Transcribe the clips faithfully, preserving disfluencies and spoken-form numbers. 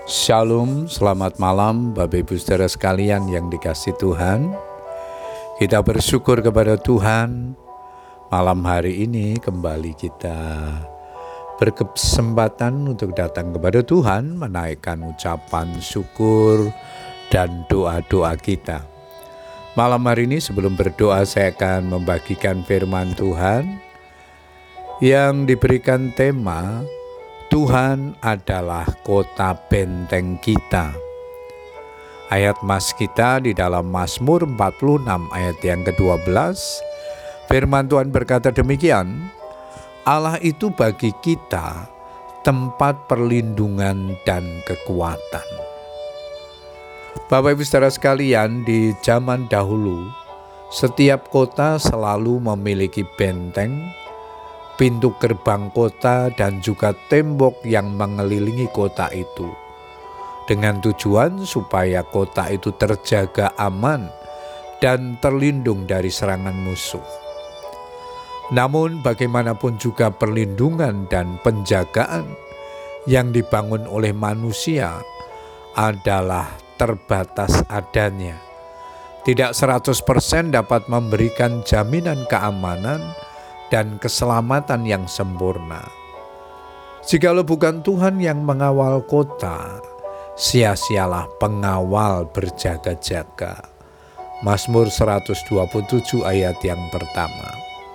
Shalom, selamat malam Bapak Ibu Saudara sekalian yang dikasihi Tuhan. Kita bersyukur kepada Tuhan, malam hari ini kembali kita berkesempatan untuk datang kepada Tuhan, menaikkan ucapan syukur dan doa-doa kita. Malam hari ini sebelum berdoa saya akan membagikan firman Tuhan yang diberikan tema Tuhan adalah kota benteng kita. Ayat mas kita di dalam Mazmur empat puluh enam ayat yang kedua belas. Firman Tuhan berkata demikian, Allah itu bagi kita tempat perlindungan dan kekuatan. Bapak Ibu Saudara sekalian, di zaman dahulu setiap kota selalu memiliki benteng, pintu gerbang kota dan juga tembok yang mengelilingi kota itu, dengan tujuan supaya kota itu terjaga aman dan terlindung dari serangan musuh. Namun bagaimanapun juga perlindungan dan penjagaan yang dibangun oleh manusia adalah terbatas adanya. Tidak seratus persen dapat memberikan jaminan keamanan dan keselamatan yang sempurna. Jikalau bukan Tuhan yang mengawal kota, sia-sialah pengawal berjaga-jaga. Mazmur seratus dua puluh tujuh ayat yang pertama.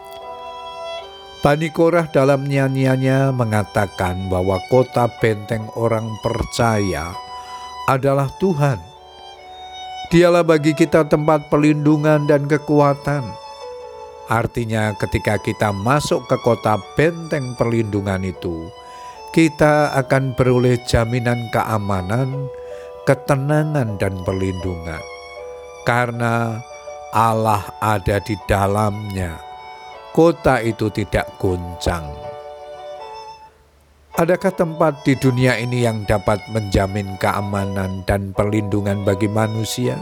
Bani Korah dalam nyanyiannya mengatakan bahwa kota benteng orang percaya adalah Tuhan. Dialah bagi kita tempat perlindungan dan kekuatan. Artinya ketika kita masuk ke kota benteng perlindungan itu, kita akan beroleh jaminan keamanan, ketenangan dan perlindungan. Karena Allah ada di dalamnya, kota itu tidak goncang. Adakah tempat di dunia ini yang dapat menjamin keamanan dan perlindungan bagi manusia?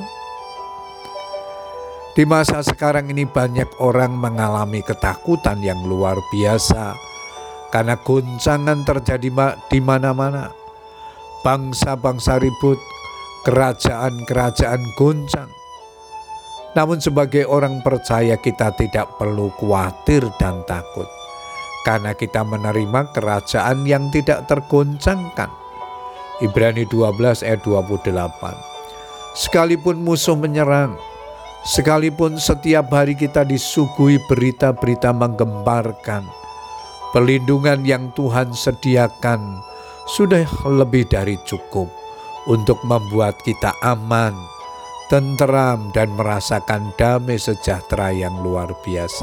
Di masa sekarang ini banyak orang mengalami ketakutan yang luar biasa karena goncangan terjadi di mana-mana. Bangsa-bangsa ribut, kerajaan-kerajaan goncang. Namun sebagai orang percaya kita tidak perlu khawatir dan takut karena kita menerima kerajaan yang tidak tergoncangkan. Ibrani dua belas ayat dua puluh delapan. Sekalipun musuh menyerang, sekalipun setiap hari kita disuguhi berita-berita menggemparkan, perlindungan yang Tuhan sediakan sudah lebih dari cukup untuk membuat kita aman, tenteram dan merasakan damai sejahtera yang luar biasa.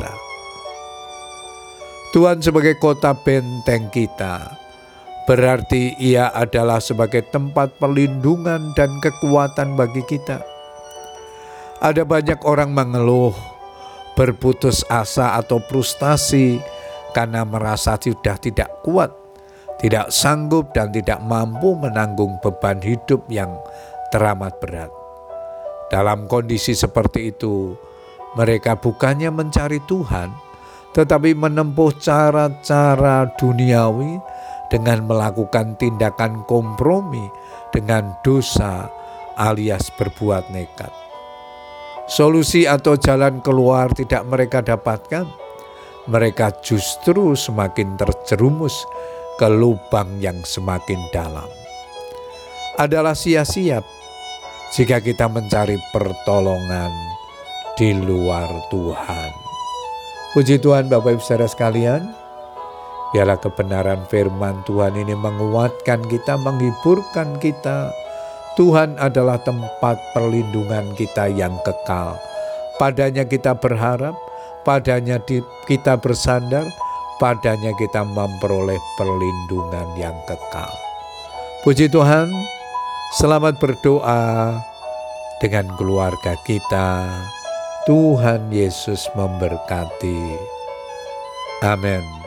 Tuhan sebagai kota benteng kita, berarti Ia adalah sebagai tempat perlindungan dan kekuatan bagi kita. Ada banyak orang mengeluh, berputus asa atau frustasi karena merasa sudah tidak kuat, tidak sanggup dan tidak mampu menanggung beban hidup yang teramat berat. Dalam kondisi seperti itu, mereka bukannya mencari Tuhan, tetapi menempuh cara-cara duniawi dengan melakukan tindakan kompromi dengan dosa alias berbuat nekat. Solusi atau jalan keluar tidak mereka dapatkan. Mereka justru semakin terjerumus ke lubang yang semakin dalam. Adalah sia-sia jika kita mencari pertolongan di luar Tuhan. Puji Tuhan Bapak Ibu Saudara sekalian, biarlah kebenaran firman Tuhan ini menguatkan kita, menghiburkan kita. Tuhan adalah tempat perlindungan kita yang kekal. Padanya kita berharap, padanya kita bersandar, padanya kita memperoleh perlindungan yang kekal. Puji Tuhan, selamat berdoa dengan keluarga kita. Tuhan Yesus memberkati. Amin.